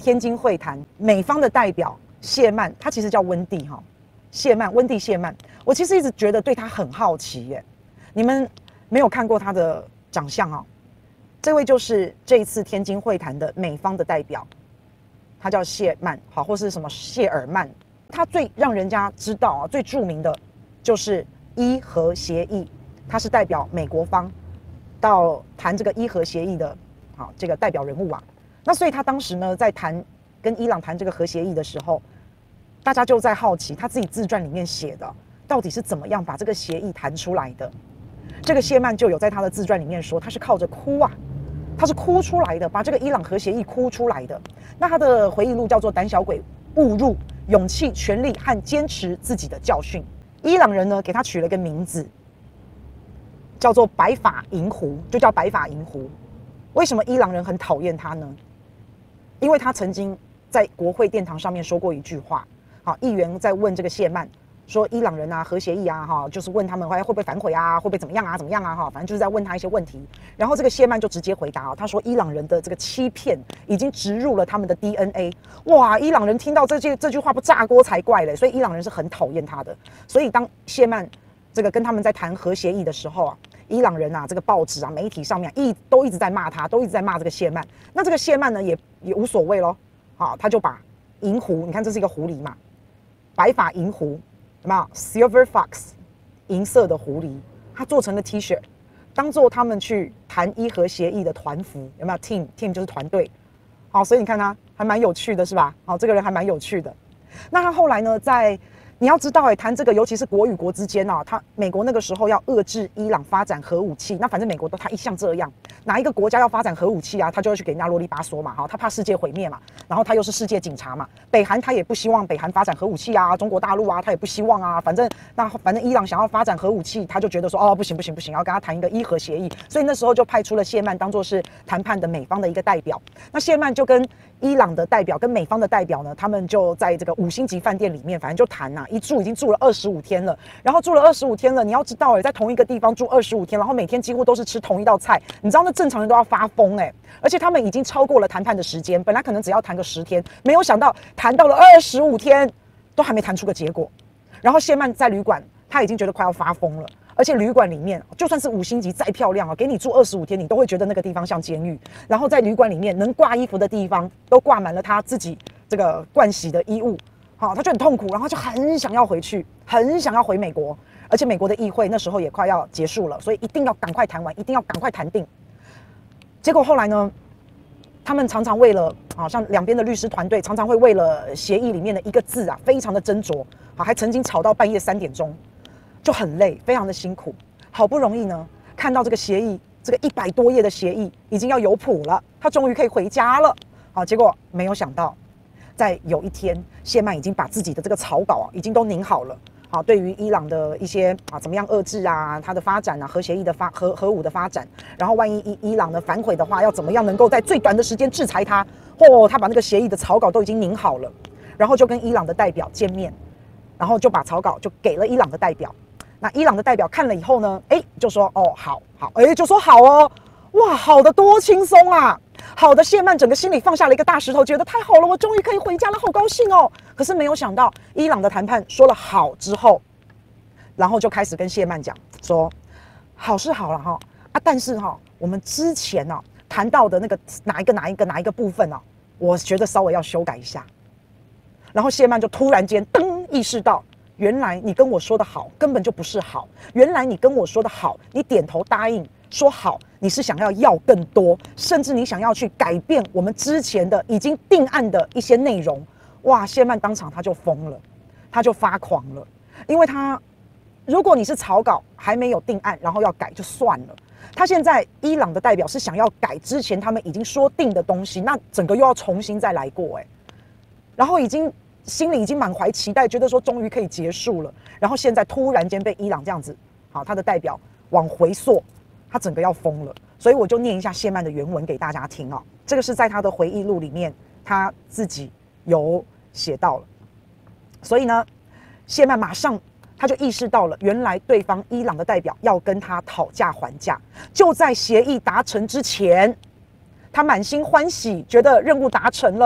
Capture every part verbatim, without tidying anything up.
天津会谈美方的代表谢曼，他其实叫温蒂哈，谢曼，温蒂谢曼。我其实一直觉得对他很好奇耶。你们没有看过他的长相啊？这位就是这一次天津会谈的美方的代表，他叫谢曼，好，或是什么谢尔曼。他最让人家知道啊，最著名的就是伊核协议，他是代表美国方到谈这个伊核协议的，好，这个代表人物啊。那所以他当时呢，在谈跟伊朗谈这个核协议的时候，大家就在好奇他自己自传里面写的到底是怎么样把这个协议谈出来的。这个谢曼就有在他的自传里面说，他是靠着哭啊，他是哭出来的，把这个伊朗核协议哭出来的。那他的回忆录叫做《胆小鬼误入：勇气、权力和坚持自己的教训》。伊朗人呢给他取了个名字，叫做白发银狐，就叫白发银狐。为什么伊朗人很讨厌他呢？因为他曾经在国会殿堂上面说过一句话。好，议员在问这个谢曼说，伊朗人啊，核协议啊，哈，就是问他们会不会反悔啊，会不会怎么样啊，怎么样啊，哈，反正就是在问他一些问题。然后这个谢曼就直接回答啊，他说伊朗人的这个欺骗已经植入了他们的 D N A。哇，伊朗人听到这句这句话不炸锅才怪嘞，所以伊朗人是很讨厌他的。所以当谢曼这个跟他们在谈核协议的时候啊，伊朗人啊，这个报纸啊、媒体上面一都一直在骂他，都一直在骂这个谢曼。那这个谢曼呢，也也无所谓咯，好，他就把银狐，你看这是一个狐狸嘛，白发银狐，有没有 ？Silver Fox， 银色的狐狸，他做成了 T 恤，当做他们去谈伊核协议的团服，有没有 ？Team Team 就是团队，好，所以你看他还蛮有趣的，是吧？好，这个人还蛮有趣的。那他后来呢，在你要知道、欸，谈这个，尤其是国与国之间啊，他美国那个时候要遏制伊朗发展核武器，那反正美国都他一向这样，哪一个国家要发展核武器啊，他就会去给人家啰里吧嗦嘛，哈，他怕世界毁灭嘛，然后他又是世界警察嘛，北韩他也不希望北韩发展核武器啊，中国大陆啊他也不希望啊，反正那反正伊朗想要发展核武器，他就觉得说哦不行不行不行，要跟他谈一个伊核协议，所以那时候就派出了谢曼当作是谈判的美方的一个代表，那谢曼就跟伊朗的代表跟美方的代表呢，他们就在这个五星级饭店里面，反正就谈呐、啊，一住已经住了二十五天了，然后住了二十五天了，你要知道哎、欸，在同一个地方住二十五天，然后每天几乎都是吃同一道菜，你知道那正常人都要发疯哎、欸，而且他们已经超过了谈判的时间，本来可能只要谈个十天，没有想到谈到了二十五天，都还没谈出个结果。然后谢曼在旅馆，他已经觉得快要发疯了。而且旅馆里面，就算是五星级再漂亮啊，给你住二十五天，你都会觉得那个地方像监狱。然后在旅馆里面，能挂衣服的地方都挂满了他自己这个盥洗的衣物，好，他就很痛苦，然后就很想要回去，很想要回美国。而且美国的议会那时候也快要结束了，所以一定要赶快谈完，一定要赶快谈定。结果后来呢，他们常常为了，好像两边的律师团队常常会为了协议里面的一个字啊，非常的斟酌，好，还曾经吵到半夜三点钟。就很累，非常的辛苦。好不容易呢，看到这个协议，这个一百多页的协议已经要有谱了，他终于可以回家了。好，结果没有想到，在有一天，谢曼已经把自己的这个草稿啊，已经都拟好了。好，对于伊朗的一些啊，怎么样遏制啊，它的发展啊，核协议的发核核武的发展，然后万一伊伊朗的反悔的话，要怎么样能够在最短的时间制裁他？哦，他把那个协议的草稿都已经拟好了，然后就跟伊朗的代表见面，然后就把草稿就给了伊朗的代表。那伊朗的代表看了以后呢，哎，就说哦，好好，哎，就说好哦，哇，好的多轻松啊！好的，谢曼整个心里放下了一个大石头，觉得太好了，我终于可以回家了，好高兴哦。可是没有想到，伊朗的谈判说了好之后，然后就开始跟谢曼讲说，好是好了哈啊，但是哈，我们之前呢、啊、谈到的那个哪一个哪一个哪一个部分啊，我觉得稍微要修改一下。然后谢曼就突然间噔意识到。原来你跟我说的好根本就不是好，原来你跟我说的好，你点头答应说好，你是想要要更多，甚至你想要去改变我们之前的已经定案的一些内容。哇，谢曼当场他就疯了，他就发狂了，因为他如果你是草稿还没有定案，然后要改就算了，他现在伊朗的代表是想要改之前他们已经说定的东西，那整个又要重新再来过哎、欸，然后已经。心里已经满怀期待，觉得说终于可以结束了，然后现在突然间被伊朗这样子，好，他的代表往回缩，他整个要疯了。所以我就念一下谢曼的原文给大家听啊、哦，这个是在他的回忆录里面他自己有写到了。所以呢，谢曼马上他就意识到了，原来对方伊朗的代表要跟他讨价还价，就在协议达成之前，他满心欢喜，觉得任务达成了。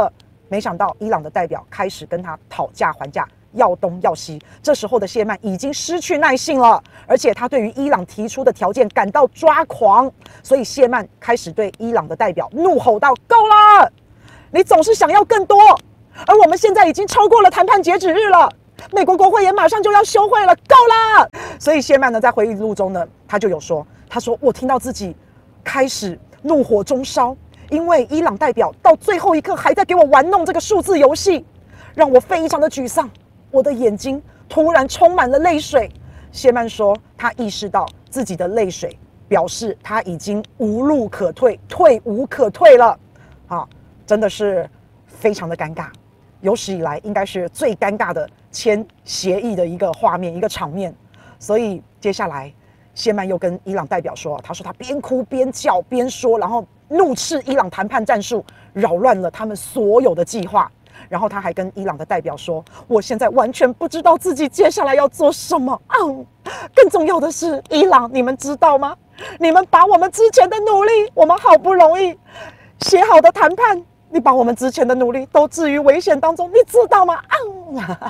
没想到伊朗的代表开始跟他讨价还价，要东要西。这时候的谢曼已经失去耐性了，而且他对于伊朗提出的条件感到抓狂，所以谢曼开始对伊朗的代表怒吼道：“够了！你总是想要更多，而我们现在已经超过了谈判截止日了，美国国会也马上就要休会了，够了！”所以谢曼呢，在回忆录中呢，他就有说：“他说我听到自己开始怒火中烧。”因为伊朗代表到最后一刻还在给我玩弄这个数字游戏，让我非常的沮丧，我的眼睛突然充满了泪水。谢曼说，他意识到自己的泪水表示他已经无路可退，退无可退了。好，真的是非常的尴尬，有史以来应该是最尴尬的签协议的一个画面，一个场面。所以接下来谢曼又跟伊朗代表说，他说他边哭边叫边说，然后怒斥伊朗谈判战术扰乱了他们所有的计划。然后他还跟伊朗的代表说，我现在完全不知道自己接下来要做什么啊！更重要的是，伊朗你们知道吗？你们把我们之前的努力，我们好不容易写好的谈判，你把我们之前的努力都置于危险当中，你知道吗？啊！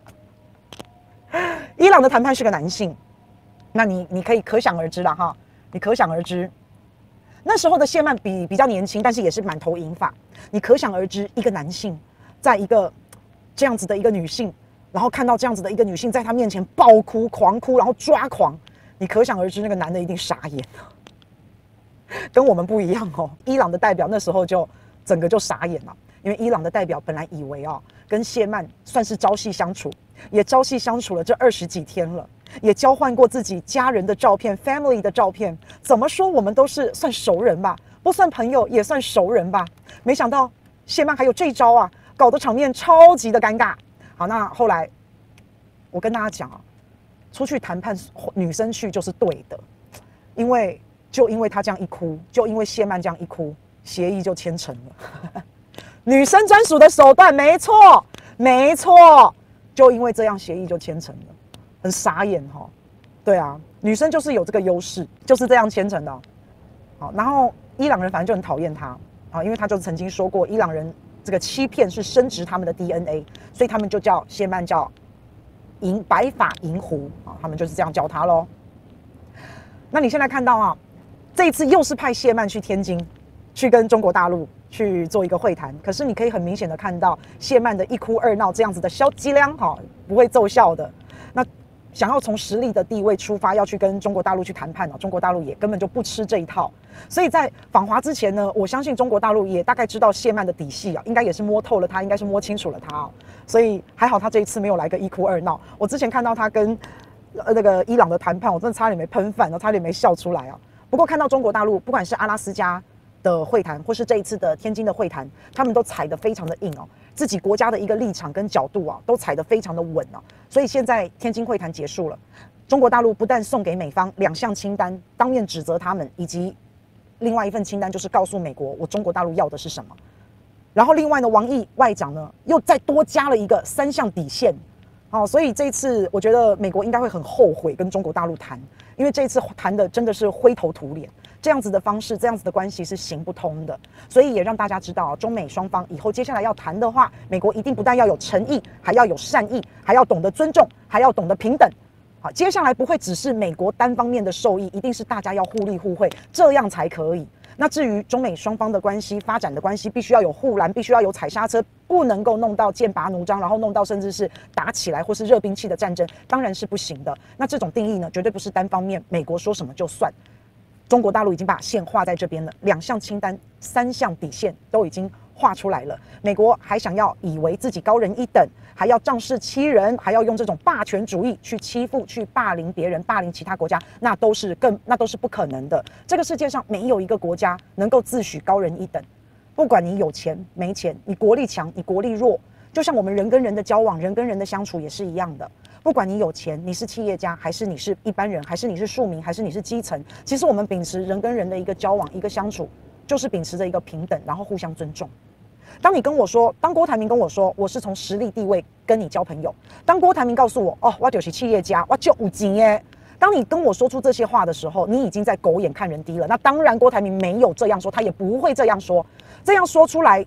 伊朗的谈判是个男性，那你你可以可想而知了哈，你可想而知。那时候的谢曼比比较年轻，但是也是满头银发。你可想而知，一个男性在一个这样子的一个女性，然后看到这样子的一个女性在他面前爆哭、狂哭，然后抓狂，你可想而知，那个男的一定傻眼了。跟我们不一样哦，伊朗的代表那时候就整个就傻眼了，因为伊朗的代表本来以为哦，跟谢曼算是朝夕相处，也朝夕相处了这二十几天了。也交换过自己家人的照片 family 的照片，怎么说我们都是算熟人吧，不算朋友也算熟人吧。没想到谢曼还有这一招啊，搞得场面超级的尴尬。好，那后来我跟大家讲啊，出去谈判女生去就是对的，因为就因为她这样一哭，就因为谢曼这样一哭，协议就签成了。女生专属的手段，没错没错，就因为这样协议就签成了。很傻眼哈，对啊，女生就是有这个优势，就是这样签成的。好，然后伊朗人反正就很讨厌他啊，因为他就曾经说过，伊朗人这个欺骗是升值他们的 D N A， 所以他们就叫谢曼叫银白发银狐啊，他们就是这样叫他咯。那你现在看到啊，这一次又是派谢曼去天津，去跟中国大陆去做一个会谈，可是你可以很明显的看到谢曼的一哭二闹这样子的消极量哈，不会奏效的。那想要从实力的地位出发，要去跟中国大陆去谈判，中国大陆也根本就不吃这一套。所以在访华之前呢，我相信中国大陆也大概知道谢曼的底细啊，应该也是摸透了他，应该是摸清楚了他啊。所以还好他这一次没有来个一哭二闹。我之前看到他跟呃那个伊朗的谈判，我真的差点没喷饭，我差点没笑出来啊。不过看到中国大陆，不管是阿拉斯加的会谈，或是这一次的天津的会谈，他们都踩得非常的硬哦，自己国家的一个立场跟角度啊，都踩得非常的稳哦。所以现在天津会谈结束了，中国大陆不但送给美方两项清单，当面指责他们，以及另外一份清单就是告诉美国，我中国大陆要的是什么。然后另外呢，王毅外长呢又再多加了一个三项底线。哦，所以这一次我觉得美国应该会很后悔跟中国大陆谈，因为这一次谈的真的是灰头土脸，这样子的方式，这样子的关系是行不通的。所以也让大家知道，中美双方以后接下来要谈的话，美国一定不但要有诚意，还要有善意，还要懂得尊重，还要懂得平等。好，接下来不会只是美国单方面的受益，一定是大家要互利互惠，这样才可以。那至于中美双方的关系发展的关系，必须要有护栏，必须要有踩刹车，不能够弄到剑拔弩张，然后弄到甚至是打起来或是热兵器的战争，当然是不行的。那这种定义呢，绝对不是单方面美国说什么就算。中国大陆已经把线画在这边了，两项清单、三项底线都已经画出来了。美国还想要以为自己高人一等，还要仗势欺人，还要用这种霸权主义去欺负、去霸凌别人、霸凌其他国家，那都是更那都是不可能的。这个世界上没有一个国家能够自诩高人一等，不管你有钱没钱，你国力强，你国力弱，就像我们人跟人的交往、人跟人的相处也是一样的。不管你有钱，你是企业家，还是你是一般人，还是你是庶民，还是你是基层，其实我们秉持人跟人的一个交往、一个相处，就是秉持着一个平等，然后互相尊重。当你跟我说，当郭台铭跟我说我是从实力地位跟你交朋友，当郭台铭告诉我哦，我就是企业家，我就有钱耶。当你跟我说出这些话的时候，你已经在狗眼看人低了。那当然，郭台铭没有这样说，他也不会这样说。这样说出来，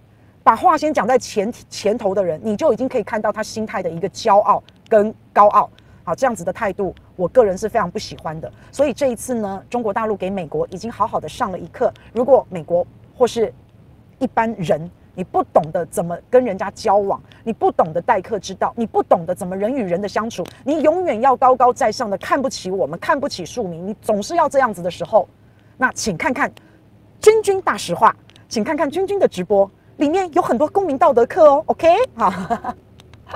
把话先讲在前前头的人，你就已经可以看到他心态的一个骄傲跟高傲。好，这样子的态度，我个人是非常不喜欢的。所以这一次呢，中国大陆给美国已经好好的上了一课。如果美国或是一般人，你不懂得怎么跟人家交往，你不懂得待客之道，你不懂得怎么人与人的相处，你永远要高高在上的看不起我们，看不起庶民，你总是要这样子的时候，那请看看君君大实话，请看看君君的直播，里面有很多公民道德课哦。OK， 好。